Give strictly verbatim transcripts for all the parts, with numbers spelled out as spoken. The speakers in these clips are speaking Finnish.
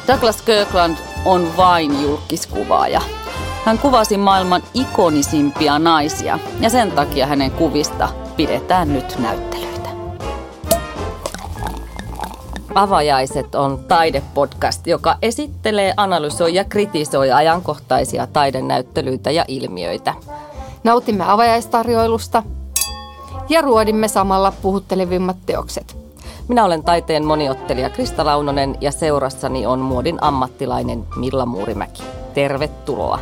Douglas Kirkland on vain julkiskuvaaja. Hän kuvasi maailman ikonisimpia naisia ja sen takia hänen kuvista pidetään nyt näyttelyitä. Avajaiset on taidepodcast, joka esittelee, analysoi ja kritisoi ajankohtaisia taidenäyttelyitä ja ilmiöitä. Nautimme avajaistarjoilusta ja ruodimme samalla puhuttelevimmat teokset. Minä olen taiteen moniottelija Krista Launonen ja seurassani on muodin ammattilainen Milla Muurimäki. Tervetuloa!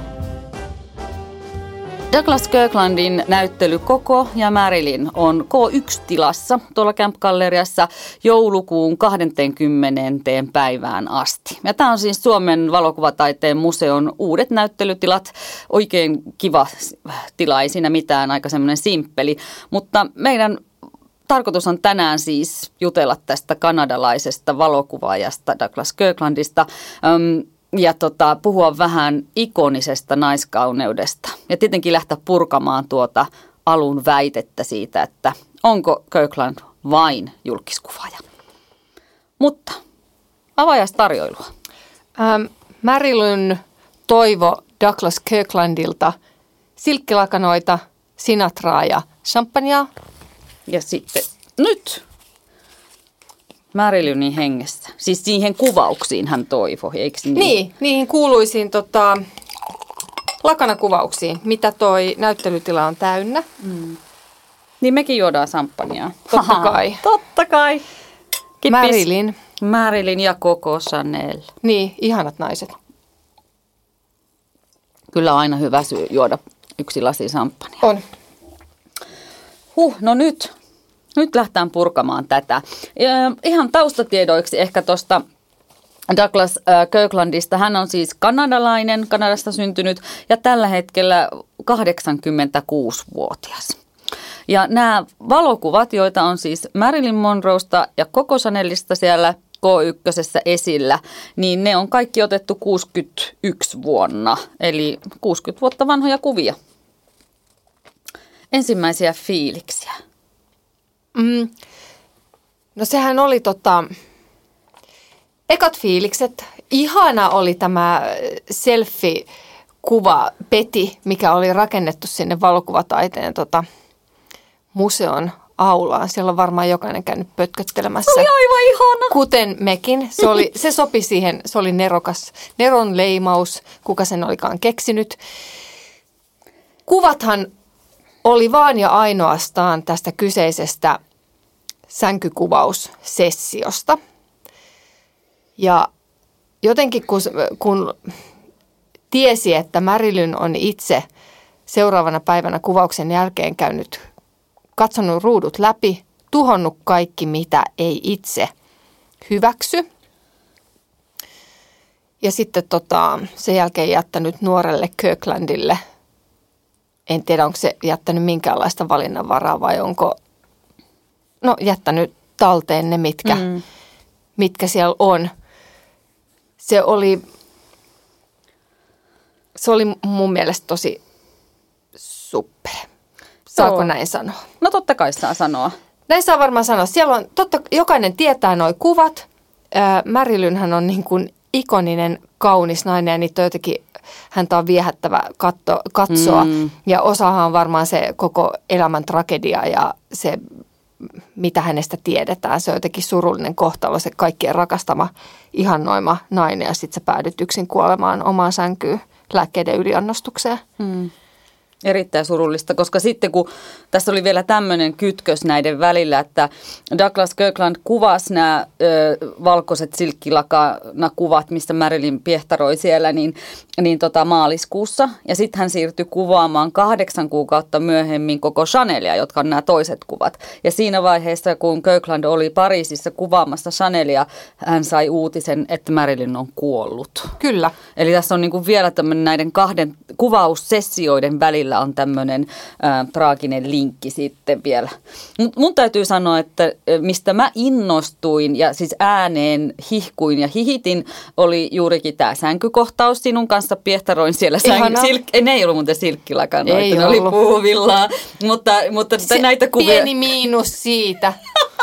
Douglas Kirklandin näyttely Koko ja Marilyn on K yksi -tilassa tuolla Camp-galleriassa joulukuun kahdeskymmenes päivään asti. Ja tämä on siis Suomen valokuvataiteen museon uudet näyttelytilat. Oikein kiva tila, ei siinä mitään, aika semmoinen simppeli, mutta meidän tarkoitus on tänään siis jutella tästä kanadalaisesta valokuvaajasta Douglas Kirklandista ja tota, puhua vähän ikonisesta naiskauneudesta. Ja tietenkin lähteä purkamaan tuota alun väitettä siitä, että onko Kirkland vain julkiskuvaaja. Mutta avajaistarjoilua. Ähm, Marilyn toivo Douglas Kirklandilta silkkilakanoita, Sinatraa ja champagnea. Ja sitten nyt Marilynin hengessä. Siis siihen kuvauksiin hän toivoi, eikö niin? Niin, niihin kuuluisiin tota, lakanakuvauksiin, mitä toi näyttelytila on täynnä. Mm. Niin mekin juodaan samppania. Totta kai. Totta kai. Kippis. Marilyn. Marilyn ja Coco Chanel. Niin, ihanat naiset. Kyllä on aina hyvä syy juoda yksi lasi samppania. On. Huh, no nyt, nyt lähdetään purkamaan tätä. Ja ihan taustatiedoiksi ehkä tuosta Douglas Kirklandista. Hän on siis kanadalainen, Kanadasta syntynyt ja tällä hetkellä kahdeksankymmentäkuusivuotias. Ja nämä valokuvat, joita on siis Marilyn Monroesta ja Coco Chanelista siellä K yksi esillä, niin ne on kaikki otettu kuusikymmentäyksi vuonna, eli kuusikymmentä vuotta vanhoja kuvia. Ensimmäisiä fiiliksiä. Mm. No sehän oli tota, ekat fiilikset. Ihana oli tämä selfie-kuva peti, mikä oli rakennettu sinne valokuvataiteen tota, museon aulaan. Siellä on varmaan jokainen käynyt pötköttelemässä. Oli aivan ihana. Kuten mekin. Se, oli, se sopi siihen, se oli nerokas, neron leimaus, kuka sen olikaan keksinyt. Kuvathan oli vaan ja ainoastaan tästä kyseisestä sänkykuvaussessiosta. Ja jotenkin kun, kun tiesi, että Marilyn on itse seuraavana päivänä kuvauksen jälkeen käynyt, katsonut ruudut läpi, tuhonnut kaikki, mitä ei itse hyväksy. Ja sitten tota, sen jälkeen jättänyt nuorelle Kirklandille, en tiedä, onko se jättänyt minkäänlaista valinnanvaraa vai onko no, jättänyt talteen ne, mitkä, mm. mitkä siellä on. Se oli, se oli mun mielestä tosi suppea. Saako Joo. näin sanoa? No totta kai saa sanoa. Näin saa varmaan sanoa. Siellä on, totta, jokainen tietää nuo kuvat. Ää, Marilynhän on niin kuin ikoninen, kaunis nainen ja niitä on jotenkin, häntä on viehättävä katto, katsoa. Mm. Ja osahan on varmaan se koko elämän tragedia ja se, mitä hänestä tiedetään. Se on jotenkin surullinen kohtalo, se kaikkien rakastama, ihannoima nainen ja sitten sä päädyt yksin kuolemaan omaan sänkyyn lääkkeiden yliannostukseen. Mm. Erittäin surullista, koska sitten kun tässä oli vielä tämmöinen kytkös näiden välillä, että Douglas Kirkland kuvasi nämä ö, valkoiset silkkilakana-kuvat, mistä Marilyn piehtaroi siellä, niin, niin tota maaliskuussa. Ja sitten hän siirtyi kuvaamaan kahdeksan kuukautta myöhemmin Coco Chanelia, jotka on nämä toiset kuvat. Ja siinä vaiheessa, kun Kirkland oli Pariisissa kuvaamassa Chanelia, hän sai uutisen, että Marilyn on kuollut. Kyllä. Eli tässä on niin kuin vielä tämmöinen näiden kahden kuvaussessioiden välillä on tämmöinen ä, traaginen linkki sitten vielä. Mut mun täytyy sanoa, että mistä mä innostuin ja siis ääneen hihkuin ja hihitin, oli juurikin tämä sänkykohtaus sinun kanssa. Piehtaroin siellä sänky. Silk- ne ei ollut muuten silkkilakanoita, ne ollut. Oli puuvillaa. Mutta, mutta se näitä kuvia. Pieni miinus siitä.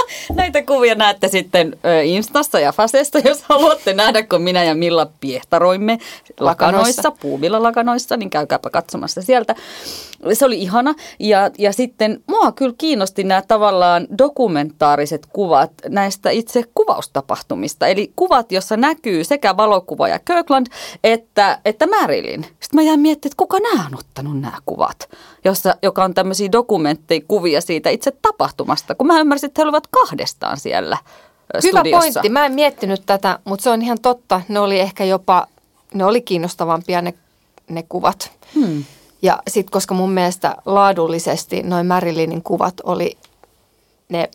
Näitä kuvia näette sitten Instassa ja Fasesta, jos haluatte nähdä, kun minä ja Milla piehtaroimme lakanoissa, puuvilla-lakanoissa, niin käykääpä katsomassa sieltä. Se oli ihana. Ja, ja sitten mua kyllä kiinnosti nämä tavallaan dokumentaariset kuvat näistä itse kuvaustapahtumista. Eli kuvat, jossa näkyy sekä valokuvaaja Kirkland että, että Marilyn. Sitten mä jäin miettimään, että kuka nämä on ottanut nämä kuvat, jossa, joka on tämmöisiä dokumentteja, kuvia siitä itse tapahtumasta. Kun mä ymmärsin, että he olivat kahdestaan siellä studiossa. Hyvä pointti. Mä en miettinyt tätä, mutta se on ihan totta. Ne oli ehkä jopa, ne oli kiinnostavampia ne, ne kuvat. Hmm. Ja sitten, koska mun mielestä laadullisesti noin Marilynin kuvat oli, ne,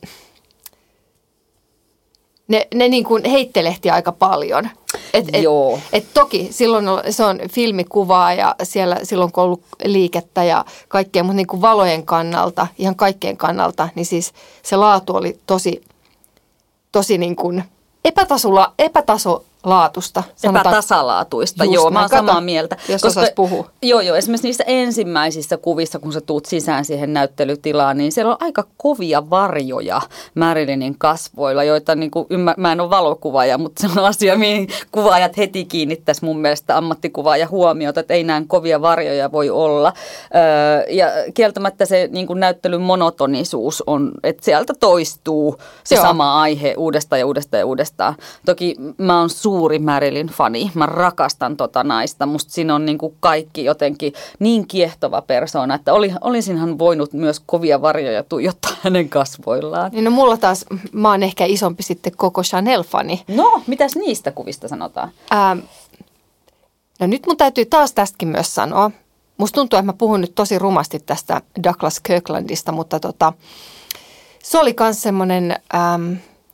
ne, ne niin kuin heittelehti aika paljon. Et, et, Joo. Et toki silloin se on filmikuvaa ja siellä silloin kun on ollut liikettä ja kaikkea, mutta niin kuin valojen kannalta, ihan kaikkien kannalta, niin siis se laatu oli tosi, tosi niin kuin epätasolla, epätaso, laatusta. Epätasalaatuista, joo, mä oon samaa Kato, mieltä. Jos osais puhua. Joo, joo, esimerkiksi niissä ensimmäisissä kuvissa, kun sä tuut sisään siihen näyttelytilaan, niin siellä on aika kovia varjoja Marilynin kasvoilla, joita niin kuin, ymmär, mä en ole valokuvaaja, mutta se on asia, mihin kuvaajat heti kiinnittäisi mun mielestä ammattikuvaaja huomiota, että ei näin kovia varjoja voi olla. Öö, ja kieltämättä se niin kuin näyttelyn monotonisuus on, että sieltä toistuu se joo. sama aihe uudestaan ja uudestaan ja uudestaan. Toki mä oon suuri Marilyn-fani. Mä rakastan tota naista. Musta siinä on niin kuin kaikki jotenkin niin kiehtova persoona, että oli, olisinhan voinut myös kovia varjoja tuijottaa hänen kasvoillaan. Niin no mulla taas, mä oon ehkä isompi sitten koko Chanel-fani. No, mitäs niistä kuvista sanotaan? Ähm, no nyt mun täytyy taas tästäkin myös sanoa. Musta tuntuu, että mä puhun nyt tosi rumasti tästä Douglas Kirklandista, mutta tota, se oli myös semmoinen Ähm,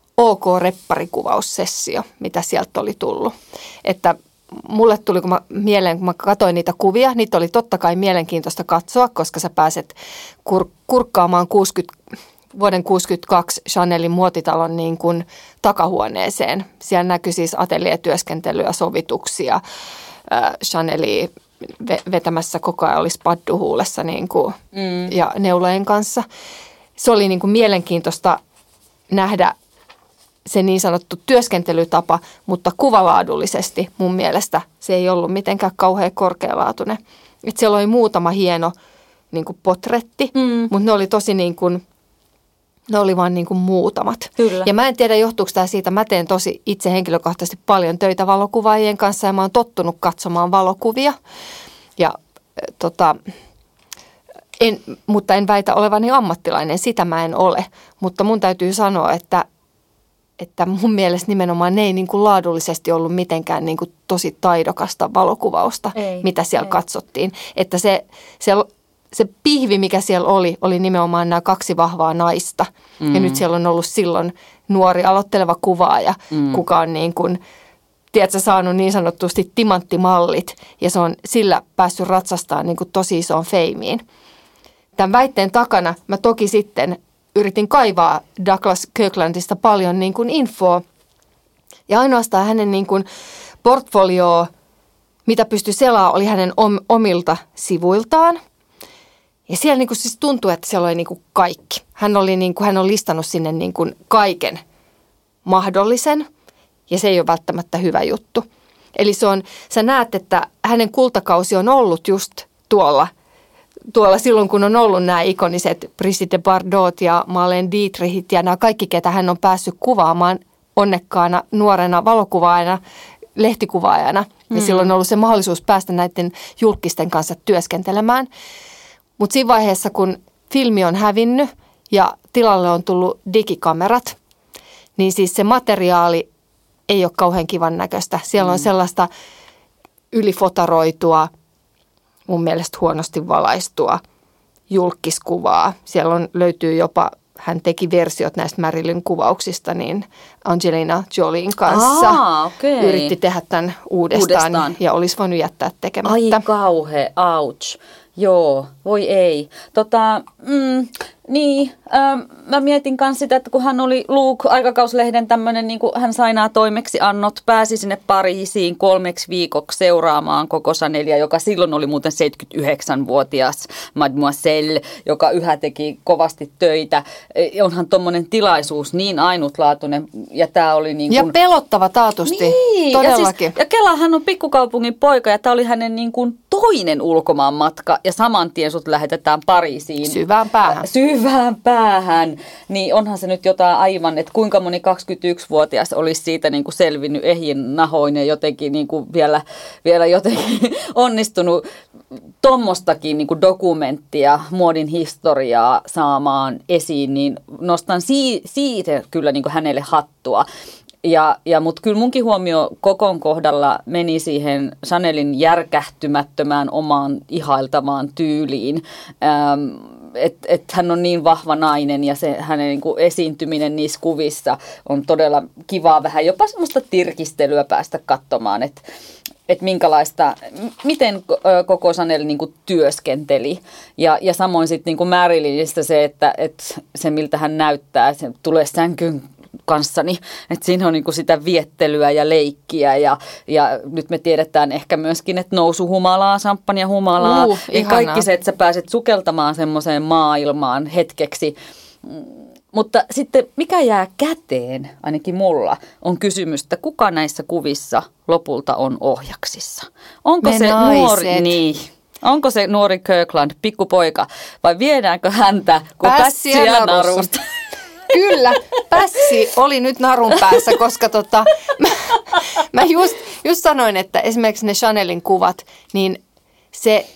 OK-repparikuvaussessio, mitä sieltä oli tullut. Että mulle tuli kun mä, mieleen, kun mä katsoin niitä kuvia, niitä oli totta kai mielenkiintoista katsoa, koska sä pääset kur, kurkkaamaan kuusikymmentä, vuoden kuusikymmentäkaksi Chanelin muotitalon niin kuin takahuoneeseen. Siellä näkyi siis ateljeetyöskentelyä, sovituksia. Äh, Chaneli vetämässä koko ajan oli spaddu huulessa niin kuin, mm. ja neulojen kanssa. Se oli niin kuin mielenkiintoista nähdä se niin sanottu työskentelytapa, mutta kuvalaadullisesti mun mielestä se ei ollut mitenkään kauhean korkealaatuinen. Et siellä oli muutama hieno niin kuin potretti, mm. mutta ne oli tosi niin kuin, ne oli vaan niin kuin muutamat. Kyllä. Ja mä en tiedä, johtuuko tämä siitä, mä teen tosi itse henkilökohtaisesti paljon töitä valokuvaajien kanssa ja mä oon tottunut katsomaan valokuvia. Ja äh, tota... En, mutta en väitä olevani ammattilainen, sitä mä en ole. Mutta mun täytyy sanoa, että, että mun mielestä nimenomaan ne ei niin kuin laadullisesti ollut mitenkään niin kuin tosi taidokasta valokuvausta, ei, mitä siellä ei. katsottiin. Että se, se, se pihvi, mikä siellä oli, oli nimenomaan nämä kaksi vahvaa naista. Mm. Ja nyt siellä on ollut silloin nuori aloitteleva kuvaaja, mm. kuka on niin kuin, tiedätkö, saanut niin sanottusti timanttimallit. Ja se on sillä päässyt ratsastamaan niin kuin tosi isoon feimiin. Tämän väitteen takana mä toki sitten yritin kaivaa Douglas Kirklandista paljon niin kuin infoa. Ja ainoastaan hänen niin kuin portfolioa, mitä pystyi selaamaan, oli hänen omilta sivuiltaan. Ja siellä niin kuin siis tuntui, että siellä oli niin kuin kaikki. Hän, oli niin kuin, hän on listannut sinne niin kuin kaiken mahdollisen, ja se ei ole välttämättä hyvä juttu. Eli se on, sä näet, että hänen kultakausi on ollut just tuolla, tuolla silloin, kun on ollut nämä ikoniset Brigitte Bardot ja Marlene Dietrichit ja nämä kaikki, ketä hän on päässyt kuvaamaan onnekkaana nuorena valokuvaajana, lehtikuvaajana. Mm. Ja silloin on ollut se mahdollisuus päästä näiden julkisten kanssa työskentelemään. Mutta siinä vaiheessa, kun filmi on hävinnyt ja tilalle on tullut digikamerat, niin siis se materiaali ei ole kauhean kivan näköistä. Siellä on mm. sellaista ylifotaroitua, mun mielestä huonosti valaistua julkiskuvaa. Siellä on, löytyy jopa, hän teki versiot näistä Marilyn kuvauksista, niin Angelina Jolien kanssa Aa, okay. yritti tehdä tämän uudestaan, uudestaan ja olisi voinut jättää tekemättä. Ai kauhe, ouch. Joo, voi ei. Tota, mm, Niin, ähm, mä mietin myös sitä, että kun hän oli Look-aikakauslehden tämmöinen, niin kuin hän sai nämä toimeksiannot, pääsi sinne Pariisiin kolmeksi viikoksi seuraamaan koko Chanelia, joka silloin oli muuten seitsemänkymmentäyhdeksänvuotias mademoiselle, joka yhä teki kovasti töitä. Onhan tommoinen tilaisuus niin ainutlaatuinen ja tämä oli niin kuin... Ja pelottava taatusti, niin, todellakin. Ja, siis, ja Kela, hän on pikkukaupungin poika ja tämä oli hänen niin kuin toinen ulkomaan matka ja saman tien sut lähetetään Pariisiin. Syvään päähän. Syvään päähän. Niin onhan se nyt jotain aivan, että kuinka moni kaksikymmentäyksivuotias olisi siitä niin kuin selvinnyt ehjin nahoin ja jotenkin niin kuin vielä, vielä jotenkin onnistunut tommostakin niin kuin dokumenttia, muodin historiaa saamaan esiin, niin nostan si- siitä kyllä niin kuin hänelle hattua. Ja, ja, mutta kyllä munkin huomio Kokon kohdalla meni siihen Chanelin järkähtymättömään omaan ihailtavaan tyyliin. Ähm, että et hän on niin vahva nainen ja se hänen niin kuin esiintyminen niissä kuvissa on todella kivaa, vähän jopa semmoista tirkistelyä päästä katsomaan, että et minkälaista, miten koko Chanel niin kuin työskenteli. Ja, ja samoin sitten niin kuin Marylynistä se, että et se miltä hän näyttää, se tulee sänkyn kanssani, että siinä on niinku sitä viettelyä ja leikkiä ja, ja nyt me tiedetään ehkä myöskin, että nousuhumalaa, samppanjahumalaa, uh, ja kaikki se, että sä pääset sukeltamaan semmoiseen maailmaan hetkeksi. Mutta sitten mikä jää käteen, ainakin mulla, on kysymys, että kuka näissä kuvissa lopulta on ohjaksissa? Onko Me se naiset. nuori, niin, onko se nuori Kirkland, pikkupoika, vai viedäänkö häntä kuin pässiä ja narusta? Kyllä, pässi oli nyt narun päässä, koska tota, mä, mä just, just sanoin, että esimerkiksi ne Chanelin kuvat, niin se,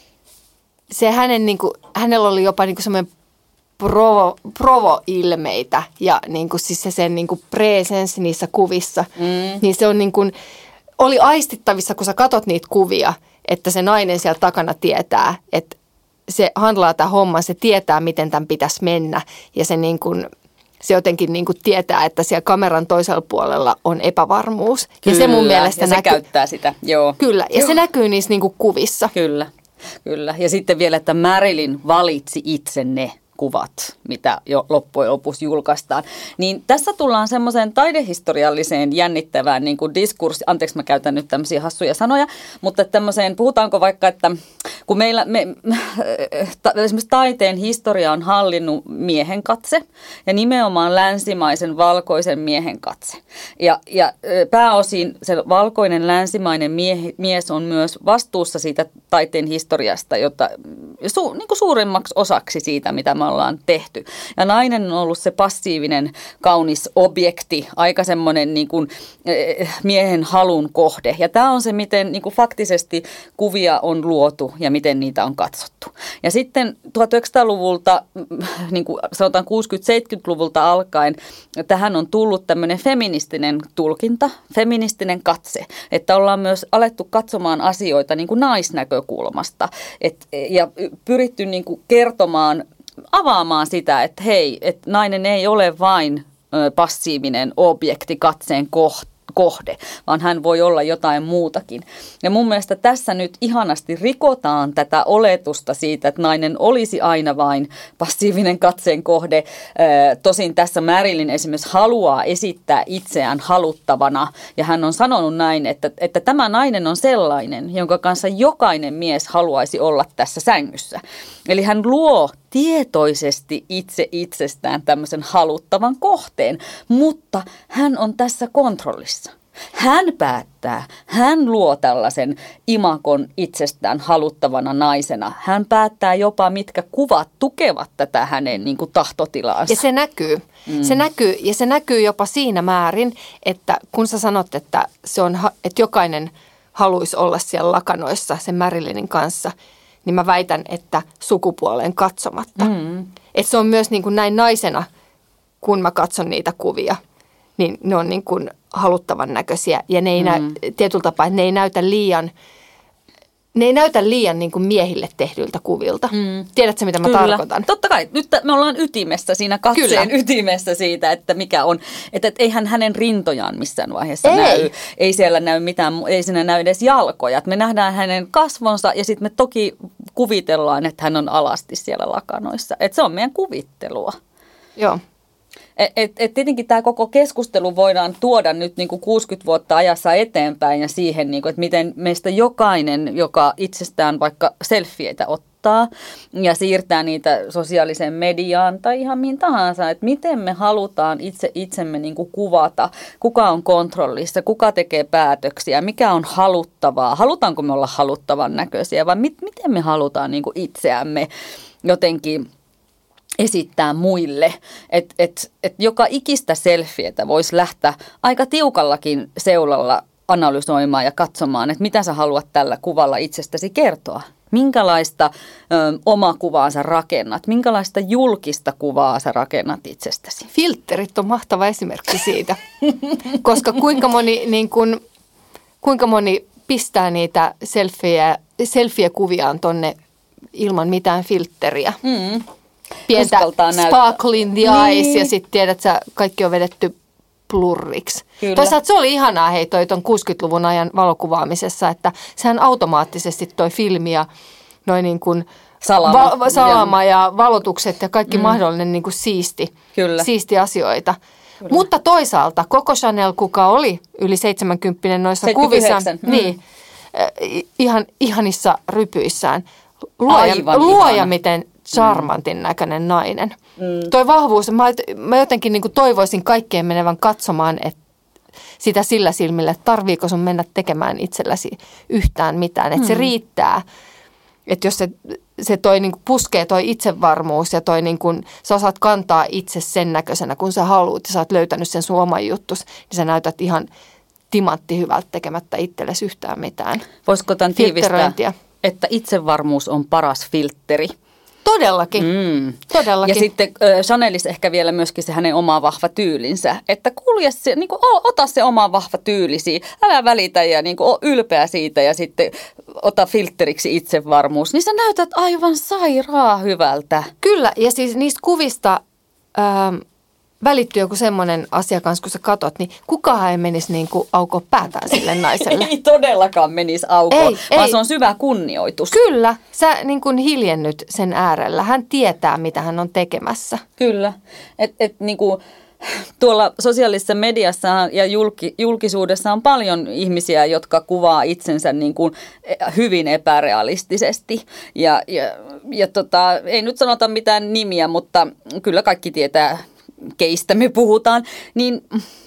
se hänen, niin kuin, hänellä oli jopa niin kuin semmoinen provo, provo-ilmeitä ja niin kuin, siis se sen niin kuin presence niissä kuvissa, mm. niin se on niin kuin, oli aistittavissa, kun sä katot niitä kuvia, että se nainen siellä takana tietää, että se handlaa tämän homman, se tietää, miten tämän pitäisi mennä ja se niin kuin... Se jotenkin niin kuin tietää, että siellä kameran toisella puolella on epävarmuus. Kyllä, ja se mun mielestä ja se näkyy, käyttää sitä, joo. Kyllä, ja joo. se näkyy niissä niin kuin kuvissa. Kyllä, kyllä. Ja sitten vielä, että Marylyn valitsi itse ne kuvat, mitä jo loppujen lopuksi julkaistaan. Niin tässä tullaan semmoiseen taidehistorialliseen jännittävään niin kuin diskurssi, anteeksi mä käytän nyt tämmöisiä hassuja sanoja, mutta tämmöiseen, puhutaanko vaikka, että kun meillä me, ta, esimerkiksi taiteen historia on hallinnut miehen katse ja nimenomaan länsimaisen valkoisen miehen katse. Ja, ja pääosin se valkoinen länsimainen mie, mies on myös vastuussa siitä taiteen historiasta, jota su, niin kuin suurimmaksi osaksi siitä, mitä me ollaan tehty. Ja nainen on ollut se passiivinen, kaunis objekti, aika semmoinen niin kuin miehen halun kohde. Ja tämä on se, miten niin kuin faktisesti kuvia on luotu ja miten niitä on katsottu. Ja sitten tuhatyhdeksänsataaluvulta, niin kuin sanotaan kuusikymmentä-seitsemänkymmentäluvulta alkaen, tähän on tullut tämmöinen feministinen tulkinta, feministinen katse, että ollaan myös alettu katsomaan asioita niin kuin naisnäkökulmasta et, ja pyritty niin kuin kertomaan, avaamaan sitä, että hei, että nainen ei ole vain passiivinen objekti katseen kohta. kohde, vaan hän voi olla jotain muutakin. Ja mun mielestä tässä nyt ihanasti rikotaan tätä oletusta siitä, että nainen olisi aina vain passiivinen katseen kohde. Tosin tässä Marylyn esimerkiksi haluaa esittää itseään haluttavana, ja hän on sanonut näin, että, että tämä nainen on sellainen, jonka kanssa jokainen mies haluaisi olla tässä sängyssä. Eli hän luo tietoisesti itse itsestään tämmöisen haluttavan kohteen, mutta hän on tässä kontrollissa. Hän päättää, hän luo tällaisen imakon itsestään haluttavana naisena. Hän päättää jopa, mitkä kuvat tukevat tätä hänen niin kuin tahtotilaansa. Ja se näkyy. Mm. Se näkyy. Ja se näkyy jopa siinä määrin, että kun sä sanot, että, se on, että jokainen haluaisi olla siellä lakanoissa sen Marilynin kanssa, niin mä väitän, että sukupuoleen katsomatta. Mm. Että se on myös niin kuin näin naisena, kun mä katson niitä kuvia, niin ne on niin kuin haluttavan näköisiä. Ja ne ei mm. näy, tietyllä tapaa, että ne ei näytä liian, ne ei näytä liian niin kuin miehille tehdyiltä kuvilta. Mm. Tiedätkö, mitä mä Kyllä. tarkoitan? Totta kai. Nyt me ollaan ytimessä siinä katseen Kyllä. ytimessä siitä, että mikä on. Että et eihän hänen rintojaan missään vaiheessa ei. näy. Ei siellä näy mitään, ei siinä näy edes jalkoja. Me nähdään hänen kasvonsa ja sitten me toki kuvitellaan, että hän on alasti siellä lakanoissa. Että se on meidän kuvittelua. Joo. Et, et, et tietenkin tämä koko keskustelu voidaan tuoda nyt niinku kuusikymmentä vuotta ajassa eteenpäin ja siihen, niinku, että miten meistä jokainen, joka itsestään vaikka selfieitä ottaa ja siirtää niitä sosiaaliseen mediaan tai ihan mihin tahansa, että miten me halutaan itse itsemme niinku kuvata, kuka on kontrollissa, kuka tekee päätöksiä, mikä on haluttavaa, halutaanko me olla haluttavan näköisiä vai mit, miten me halutaan niinku itseämme jotenkin esittää muille, että et, et joka ikistä selfietä voisi lähteä aika tiukallakin seulalla analysoimaan ja katsomaan, että mitä sä haluat tällä kuvalla itsestäsi kertoa. Minkälaista ö, omakuvaa sä rakennat, minkälaista julkista kuvaa sä rakennat itsestäsi. Filterit on mahtava esimerkki siitä, koska kuinka moni, niin kun, kuinka moni pistää niitä selfie, selfie-kuviaan tonne ilman mitään filtteriä. Mm. Pientä sparkle in the eyes niin. Ja sitten tiedät, että sä kaikki on vedetty blurriksi. Kyllä. Toisaalta se oli ihanaa hei toi ton kuusikymmentäluvun ajan valokuvaamisessa, että sehän automaattisesti toi filmi ja noin niin kuin salama, va- salama ja. ja valotukset ja kaikki mm. mahdollinen niin kuin siisti, siisti asioita. Kyllä. Mutta toisaalta Coco Chanel, kuka oli yli seitsemänkymppinen noissa kuvissa, mm. niin, ihan, ihanissa rypyissään, luoja, luoja miten charmantin näköinen nainen. Mm. Toi vahvuus, mä, mä jotenkin niin kuin toivoisin kaikkeen menevän katsomaan että sitä sillä silmillä, että tarviiko sun mennä tekemään itselläsi yhtään mitään. Että mm. se riittää, että jos se, se toi niin kuin puskee toi itsevarmuus ja toi niin kuin, sä osaat kantaa itse sen näköisenä, kun sä haluut ja sä oot löytänyt sen sun oman juttus, niin sä näytät ihan timantti hyvältä tekemättä itsellesi yhtään mitään. Voisiko tämän tiivistää, että itsevarmuus on paras filtteri? Todellakin, mm. todellakin. Ja sitten äh, Chanelis ehkä vielä myöskin se hänen oma vahva tyylinsä, että kulje se, niin kuin, ota se oma vahva tyylisi, älä välitä ja niin kuin, ole ylpeä siitä ja sitten ota filteriksi itsevarmuus, niin sä näytät aivan sairaa hyvältä. Kyllä, ja siis niistä kuvista ähm, välittyy joku semmoinen asia kanssa, kun sä katot, niin kukaan ei menisi niin kuin aukoa päätään sille naiselle. Ei todellakaan menisi aukoa, ei, vaan ei. Se on syvä kunnioitus. Kyllä, sä niin kuin hiljennyt sen äärellä. Hän tietää, mitä hän on tekemässä. Kyllä, että et, niin kuin tuolla sosiaalisessa mediassa ja julki, julkisuudessa on paljon ihmisiä, jotka kuvaa itsensä niin kuin hyvin epärealistisesti. Ja, ja, ja tota, ei nyt sanota mitään nimiä, mutta kyllä kaikki tietää, keistä me puhutaan, niin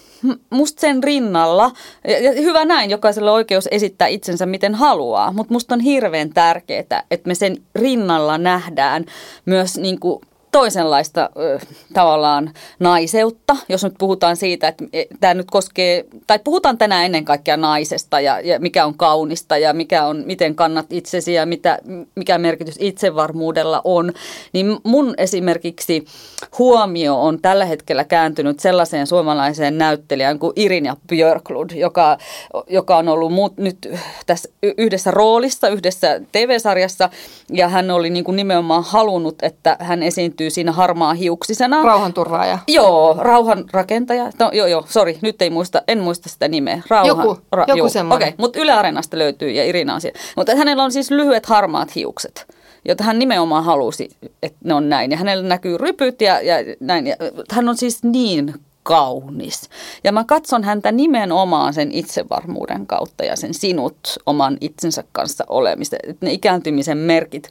musta sen rinnalla, ja hyvä näin, jokaisella on oikeus esittää itsensä miten haluaa, mutta musta on hirveän tärkeää, että me sen rinnalla nähdään myös niin kuin toisenlaista äh, tavallaan naiseutta, jos nyt puhutaan siitä, että tämä nyt koskee, tai puhutaan tänään ennen kaikkea naisesta ja, ja mikä on kaunista ja mikä on, miten kannat itsesi ja mitä, mikä merkitys itsevarmuudella on, niin mun esimerkiksi huomio on tällä hetkellä kääntynyt sellaiseen suomalaiseen näyttelijään kuin Irina Björklund, joka, joka on ollut muut, nyt tässä yhdessä roolissa, yhdessä T V-sarjassa ja hän oli niin kuin nimenomaan halunnut, että hän esiintyy siinä harmaa hiuksisena. Rauhanturvaaja. Joo, rauhanrakentaja. No joo, joo, sori, nyt ei muista, en muista sitä nimeä. Rauhan, joku, ra, joku semmoinen. Okei, okay, mutta Yle Areenasta löytyy ja Irina on siellä. Mutta hänellä on siis lyhyet harmaat hiukset, jota hän nimenomaan halusi, että ne on näin. Ja hänellä näkyy rypyt ja, ja näin. Ja hän on siis niin kaunis. Ja mä katson häntä nimenomaan sen itsevarmuuden kautta ja sen sinut oman itsensä kanssa olemista. Ne ikääntymisen merkit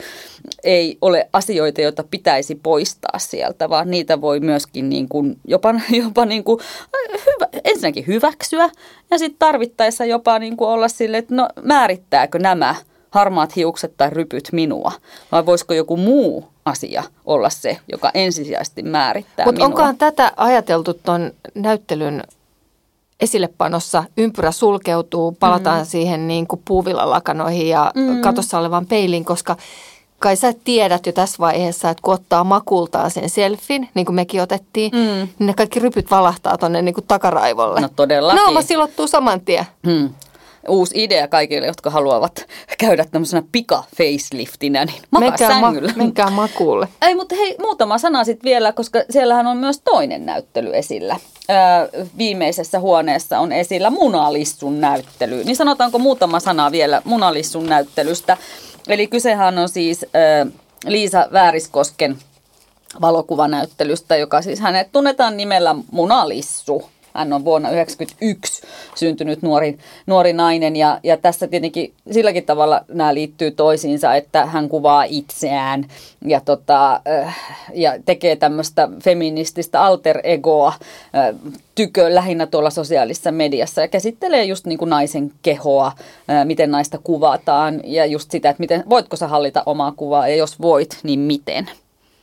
ei ole asioita, joita pitäisi poistaa sieltä, vaan niitä voi myöskin niin kuin jopa, jopa niin kuin hyvä, ensinnäkin hyväksyä ja sitten tarvittaessa jopa niin kuin olla sille, että no määrittääkö nämä harmaat hiukset tai rypyt minua, vai voisiko joku muu asia olla se, joka ensisijaisesti määrittää Mut minua. Mutta onkohan tätä ajateltu tuon näyttelyn esillepanossa? Ympyrä sulkeutuu, palataan mm-hmm. siihen niin kuin puuvillalakanoihin ja mm-hmm. katossa olevaan peiliin, koska kai sä tiedät jo tässä vaiheessa, että kun ottaa makultaan sen selfin, niin kuin mekin otettiin, mm. niin ne kaikki rypyt valahtaa tuonne niin kuin takaraivolle. No todellakin. Naama silottuu saman tien. Mm. uusi idea kaikille, jotka haluavat käydä tämmöisenä pika-faceliftinä, niin makaa menkää sängyllä. Ma- menkää makuulle. Ei, mutta hei, muutama sana sitten vielä, koska siellähän on myös toinen näyttely esillä. Öö, viimeisessä huoneessa on esillä Munalissun näyttely. Niin sanotaanko muutama sana vielä Munalissun näyttelystä. Eli kysehän on siis öö, Liisa Vääriskosken valokuvanäyttelystä, joka siis hänet tunnetaan nimellä Munalissu. Hän on vuonna yhdeksänkymmentäyksi syntynyt nuori, nuori nainen ja, ja tässä tietenkin silläkin tavalla nämä liittyy toisiinsa, että hän kuvaa itseään ja, tota, ja tekee tämmöistä feminististä alter egoa tykö lähinnä tuolla sosiaalisessa mediassa ja käsittelee just niin kuin naisen kehoa, miten naista kuvataan ja just sitä, että miten, voitko sä hallita omaa kuvaa ja jos voit, niin miten.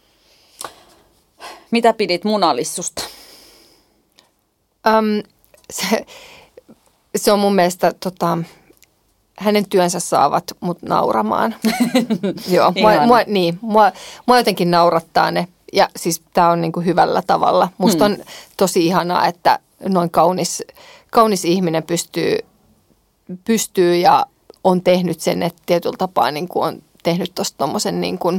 Mitä pidit Munalissusta? Um, se, se on mun mielestä, tota, hänen työnsä saavat mut nauramaan. Joo, mua, mua, niin, mua, mua jotenkin naurattaa ne. Ja siis tää on niinku hyvällä tavalla. Musta hmm. on tosi ihanaa, että noin kaunis, kaunis ihminen pystyy, pystyy ja on tehnyt sen, että tietyllä tapaa niinku on tehnyt tosta tommosen niinku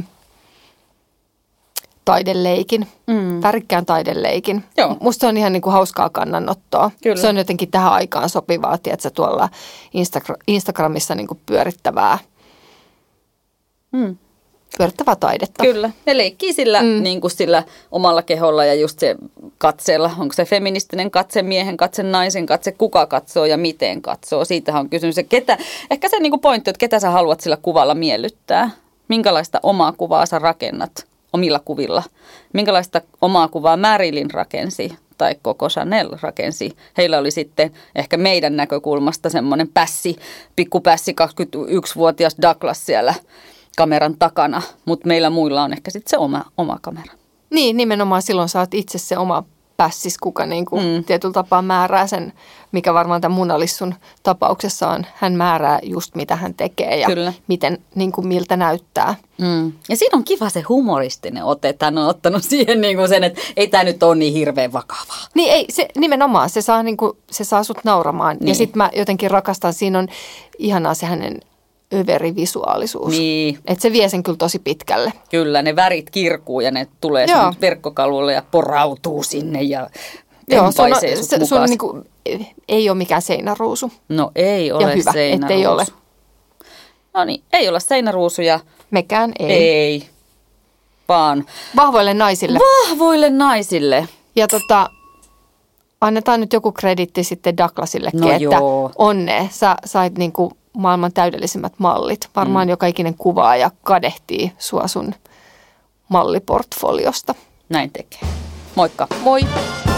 taideleikin, mm. värikkään taideleikin. Joo. Musta se on ihan niin kuin hauskaa kannanottoa. Kyllä. Se on jotenkin tähän aikaan sopivaa, tiedätkö, tuolla Instagram, Instagramissa niin kuin pyörittävää, mm. pyörittävää taidetta. Kyllä, ne leikkii sillä, mm. niin kuin sillä omalla keholla ja just se katseella. Onko se feministinen katse, miehen katse, naisen katse, kuka katsoo ja miten katsoo. Siitähän on kysymys. Ketä, ehkä se niin kuin pointti, että ketä sä haluat sillä kuvalla miellyttää. Minkälaista omaa kuvaa sä rakennat omilla kuvilla. Minkälaista omaa kuvaa Marilyn rakensi tai Coco Chanel rakensi. Heillä oli sitten ehkä meidän näkökulmasta semmoinen pässi, pikkupässi kaksikymmentäyksivuotias Douglas siellä kameran takana, mutta meillä muilla on ehkä sitten se oma, oma kamera. Niin, nimenomaan silloin sä oot itse se oma pässis, kuka niin kuin mm. tietyllä tapaa määrää sen, mikä varmaan tämän Munalissun tapauksessa on. Hän määrää just mitä hän tekee ja Kyllä. miten, niin kuin miltä näyttää. Mm. Ja siinä on kiva se humoristinen ote, että hän on ottanut siihen niin kuin sen, että ei tämä nyt ole niin hirveän vakavaa. Niin ei, se, nimenomaan se saa, niin kuin, se saa sut nauramaan. Niin. Ja sitten mä jotenkin rakastan, siinä on ihanaa se hänen överivisuaalisuus. Niin. Että se vie sen kyllä tosi pitkälle. Kyllä, ne värit kirkuu ja ne tulee verkkokalvolle ja porautuu sinne ja Joo, se on, se, se on niin kuin, ei ole mikään seinäruusu. No ei ole ja hyvä, seinäruusu. Ettei ole. No niin, ei ole seinäruusuja. Mekään ei. Ei, vaan vahvoille naisille. Vahvoille naisille. Ja tota, annetaan nyt joku krediitti sitten Douglasillekin, no että joo. onne, sä sait niinku maailman täydellisimmät mallit. Varmaan mm. joka ikinen kuvaaja kadehtii sua sun malliportfoliosta. Näin tekee. Moikka. Moi.